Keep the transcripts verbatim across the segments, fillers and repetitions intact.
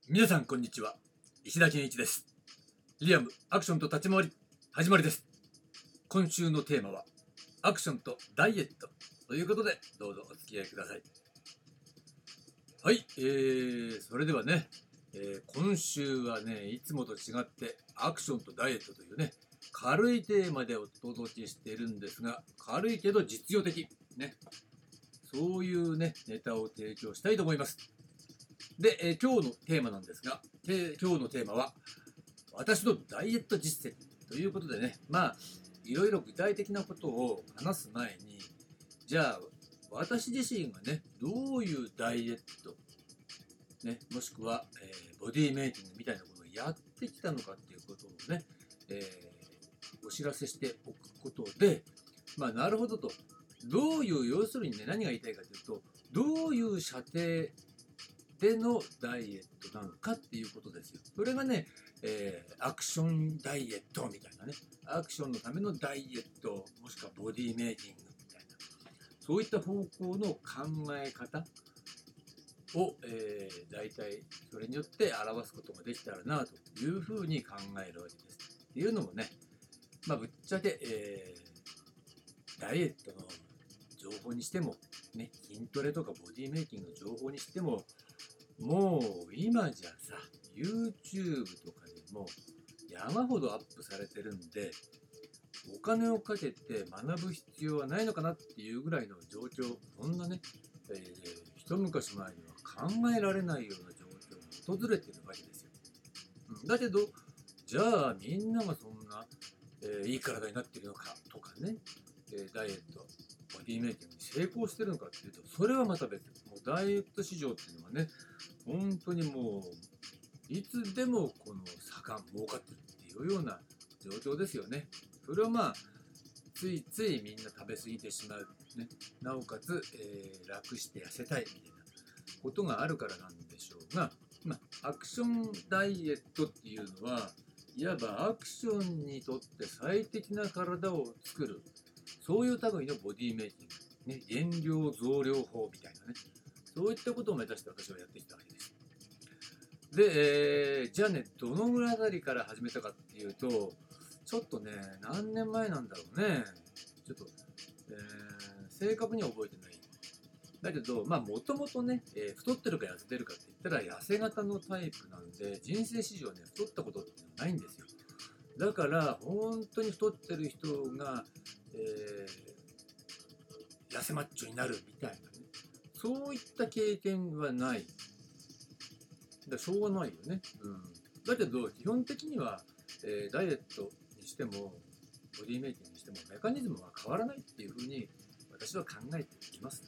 皆さんこんにちは。石田健一です。リアムアクションと立ち回り始まりです。今週のテーマはアクションとダイエットということで、どうぞお付き合いください。はい、えー、それではね、えー今週はね、いつもと違ってアクションとダイエットというね、軽いテーマでお届けしているんですが、軽いけど実用的ね、そういうねネタを提供したいと思います。で、えー今日のテーマなんですが、て今日のテーマは私のダイエット実践ということでね、まあいろいろ具体的なことを話す前に、じゃあ私自身がねどういうダイエット、ね、もしくは、えーボディメイキングみたいなことをやってきたのかっていうことをね、えーお知らせしておくことで、まあなるほどと、どういう要するにね、何が言いたいかというと、どういう射程でのダイエットなのかっていうことですよ。それがね、えーアクションダイエットみたいなね、アクションのためのダイエット、もしくはボディメイキングみたいな、そういった方向の考え方を、えー、大体それによって表すことができたらなというふうに考えるわけです。っていうのもね、まあ、ぶっちゃけ、えーダイエットの情報にしても、ね、筋トレとかボディメイキングの情報にしても、もう今じゃさ、YouTube とかでも山ほどアップされてるんで、お金をかけて学ぶ必要はないのかなっていうぐらいの状況、そんなね、えー一昔前には考えられないような状況が訪れてるわけですよ。うん、だけど、じゃあみんながそんな、えーいい体になってるのかとかね、えーダイエット、ボディメイキングに成功してるのかっていうと、それはまた別。もうダイエット市場っていうのはね、本当にもういつでもこの盛ん儲かってるっていうような状況ですよね。それはまあついついみんな食べ過ぎてしまう、ね、なおかつ、えー楽して痩せたいみたいなことがあるからなんでしょうが、まあ、アクションダイエットっていうのはいわばアクションにとって最適な体を作る、そういう類のボディメイキング、ね、減量増量法みたいなね、そういったことを目指して私はやってきたわけです。で、えーじゃあね、どのぐらいあたりから始めたかっていうと、ちょっとね、何年前なんだろうね。ちょっと、えー正確には覚えてない。だけど、まあ、もともとね、えー太ってるか痩せてるかって言ったら痩せ型のタイプなんで、人生史上ね、太ったことっていうのはないんですよ。だから、本当に太ってる人が、えー痩せマッチョになるみたいなね、そういった経験はない。だしょうがないよね。うん、だけど基本的には、えーダイエットにしてもボディメイキングにしてもメカニズムは変わらないっていうふうに私は考えていますね。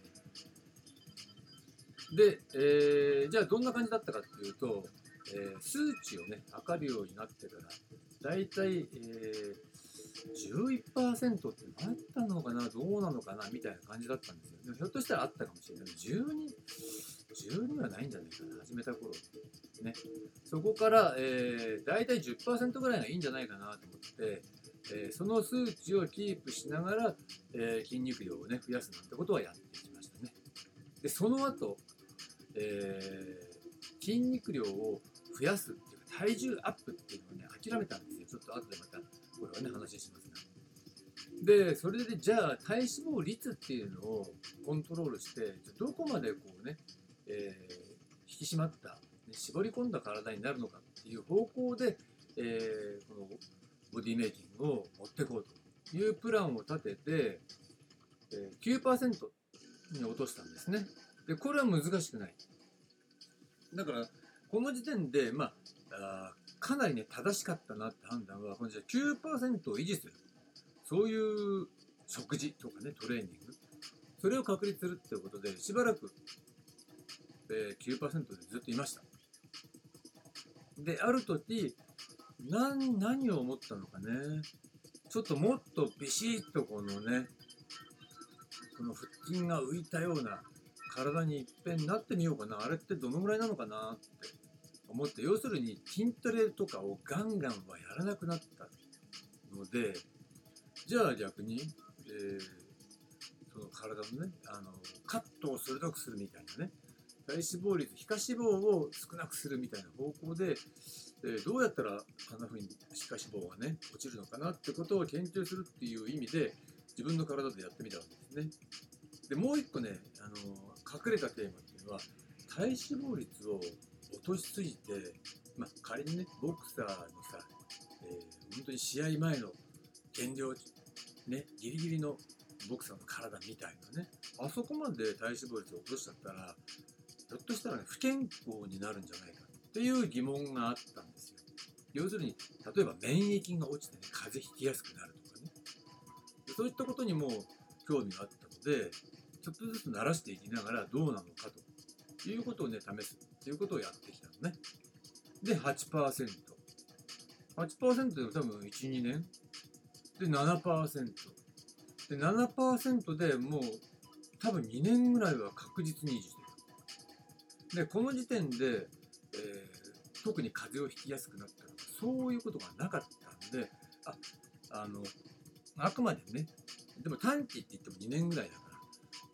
で、えーじゃあどんな感じだったかっていうと、えー数値をね測るようになってからだいたい、えーじゅういちパーセントってあったのかな、どうなのかなみたいな感じだったんですよ。でもひょっとしたらあったかもしれない。じゅうに、じゅうにはないんじゃないかな、始めた頃ね。そこから、えー、大体じゅっパーセントぐらいがいいんじゃないかなと思って、えーその数値をキープしながら、えー筋肉量をね増やすなんてことはやってきましたね。で、その後、えー筋肉量を増やすっていうか体重アップっていうのをね諦めたんですよ。ちょっと後でまたこれはね話しますが。で、それでじゃあ体脂肪率っていうのをコントロールして、じゃあどこまでこうね、えー引き締まった、ね、絞り込んだ体になるのかっていう方向で、えーこのボディメイキングを持っていこうというプランを立てて、えー、きゅうパーセントに落としたんですね。で、これは難しくない。だから、この時点で、まあ、あかなりね、正しかったなって判断は、このじゃきゅうパーセントを維持する。そういう食事とかね、トレーニング。それを確立するっていうことで、しばらく、えー、きゅうパーセントでずっといました。で、ある時、何、何を思ったのかね。ちょっともっとビシッとこのね、この腹筋が浮いたような体にいっぺんなってみようかな。あれってどのぐらいなのかなって思って、要するに筋トレとかをガンガンはやらなくなったので、じゃあ逆に、えーその体のね、あのカットを鋭くするみたいなね、 体脂肪率、皮下脂肪を少なくするみたいな方向で、えーどうやったらあんな風に皮下脂肪がね落ちるのかなってことを研究するっていう意味で自分の体でやってみたわけですね。でもう一個ね、あの隠れたテーマっていうのは体脂肪率を落としすぎて、まあ、仮にねボクサーのさ、えー本当に試合前の減量ねギリギリのボクサーの体みたいなね、あそこまで体脂肪率を落としちゃったらひょっとしたらね不健康になるんじゃないかっていう疑問があったんですよ。要するに例えば免疫が落ちてね風邪ひきやすくなるとかね、そういったことにも興味があったのでちょっとずつ慣らしていきながらどうなのかということをね試すっていうことをやってきたのね。で はちパーセント はちパーセント で多分いち、にねんで ななパーセント で ななパーセント でもう多分にねんぐらいは確実に維持している。でこの時点で、えー特に風邪をひきやすくなったとかそういうことがなかったんで、ああのあくまでね、でも短期って言ってもにねんぐらいだから、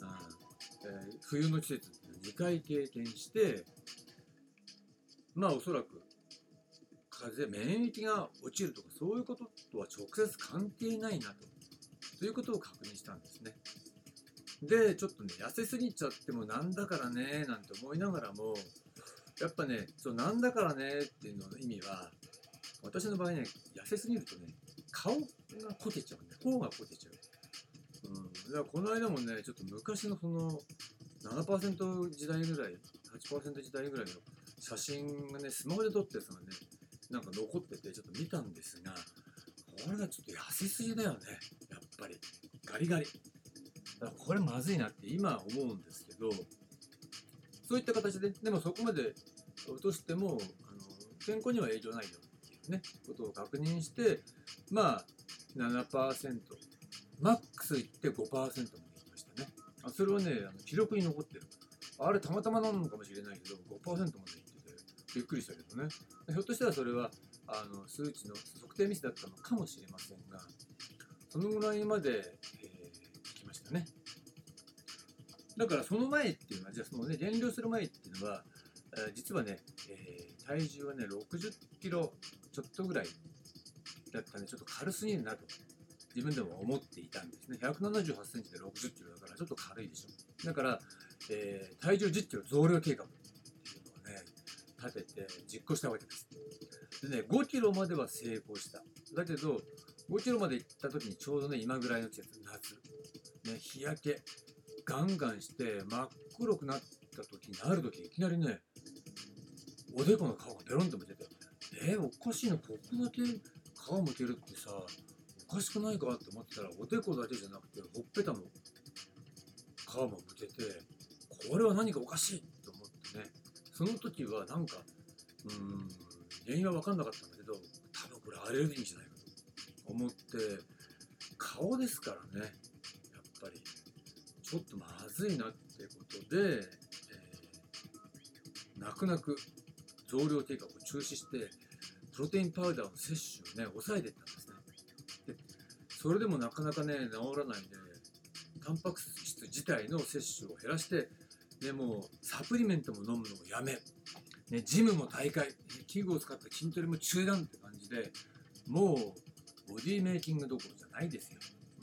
うんえー冬の季節っていうのをにかい経験して、まあおそらく風邪免疫が落ちるとかそういうこととは直接関係ないなとということを確認したんですね。でちょっとね痩せすぎちゃってもなんだからねなんて思いながらもやっぱねそうなんだからねっていうのの意味は私の場合ね痩せすぎるとね顔がこけちゃうんで頬がこけちゃう、うん、だからこの間もねちょっと昔のその ななパーセント 時代ぐらい はちパーセント 時代ぐらいの写真がねスマホで撮ったやつがねなんか残っててちょっと見たんですが、これがちょっと痩せすぎだよねやっぱりガリガリだからこれまずいなって今思うんですけど、そういった形ででもそこまで落としてもあの健康には影響ないよっていうねことを確認して、まあ ななパーセント マックスいって ごパーセント までいきましたね。あそれはねあの記録に残ってる。あれたまたまなのかもしれないけど ごパーセント までいっててびっくりしたけどね。ひょっとしたらそれはあの数値の測定ミスだったのかもしれませんが、そのぐらいまで、えー、いきましたね。だからその前っていうのは、じゃあそのね、減量する前っていうのは、えー実はね、えー体重はね、ろくじゅっキロちょっとぐらいだったんで、ちょっと軽すぎるなと自分でも思っていたんですね。ひゃくななじゅうはちセンチでろくじゅっキロだからちょっと軽いでしょ。だから、えー体重じゅっキロ増量計画っていうのをね、立てて実行したわけです。でね、ごキロまでは成功した。だけど、ごキロまで行った時にちょうどね、今ぐらいの季節、夏。ね、日焼け、ガンガンして真っ黒くなった時になる時、いきなりね、おでこの皮がベロンとむけて、えー、おかしいな、ここだけ皮むけるってさ、おかしくないかって思ってたら、おでこだけじゃなくて、ほっぺたの皮もむけて、これは何かおかしいと思ってね、その時はなんか、うーん、原因は分かんなかったんだけど、多分これアレルギーじゃないかと思って、顔ですからね、やっぱり、ちょっとまずいなってことで、えー、泣く泣く増量計画を中止して、プロテインパウダーの摂取をね、抑えていったんですね。で、それでもなかなかね、治らないで、タンパク質自体の摂取を減らして、でもうサプリメントも飲むのをやめ、ね、ジムも大会、器具を使った筋トレも中断って感じで、もうボディメイキングどころじゃないですよ。うん、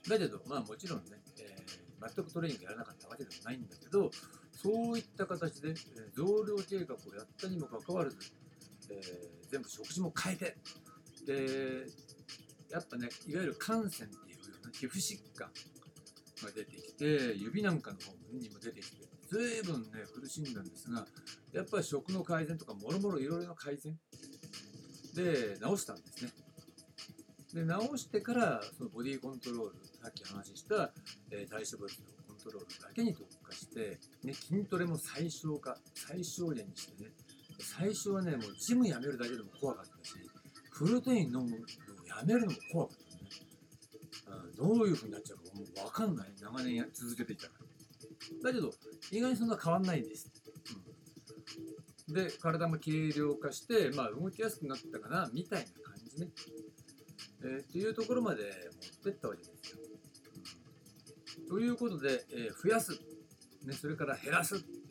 だけど、まあもちろんね、えー、全くトレーニングやらなかったわけでもないんだけど、そういった形で、えー、増量計画をやったにもかかわらず、えー、全部食事も変えて、で、やっぱね、いわゆる汗腺っていうような皮膚疾患が出てきて、指なんかの方にも出てきて、随分ね、苦しんだんですが、やっぱり食の改善とか、もろもろいろいろな改善で治したんですね。で、治してから、そのボディコントロール、さっき話した、えー、体脂肪率のコントロールだけに特化して、ね、筋トレも最小化、最小限にしてね、最初はね、もうジムやめるだけでも怖かったし、プロテイン飲むのをやめるのも怖かったね。うん、どういう風になっちゃうかもう分かんない。長年続けていたから。だけど、意外にそんな変わんないんです。うん、で、体も軽量化して、まあ動きやすくなったかな、みたいな感じね。えー、っていうところまで持ってったわけですよ。うん、ということで、えー、増やす、ね、それから減らすって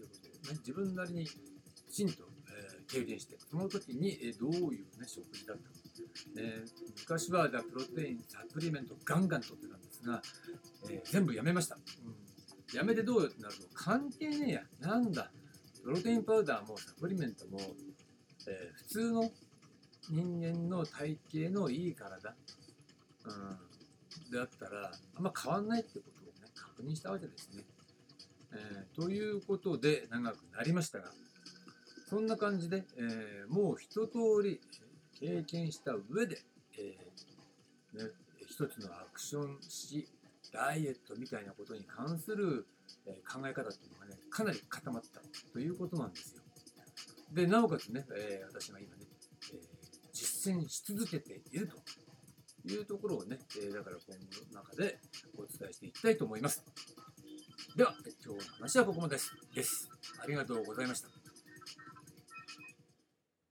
ね、自分なりにきちんと、えー、経験して、その時に、えー、どういう、ね、食事だったか、えー、昔はプロテインサプリメントガンガンとってたんですが、えー、全部やめました、うん、やめてどうよってなると関係ねえや、なんだプロテインパウダーもサプリメントも、えー、普通の人間の体型のいい体、うん、だったらあんま変わんないってことをね確認したわけですね、えー、ということで長くなりましたが、そんな感じで、えー、もう一通り経験した上で、えーね、一つのアクションしダイエットみたいなことに関する、えー、考え方っていうのがねかなり固まったということなんですよ。でなおかつね、えー、私が今ね、えー、実践し続けているというところをね、えー、だから今後の中でお伝えしていきたいと思います。では今日の話はここまでです。です。ありがとうございました。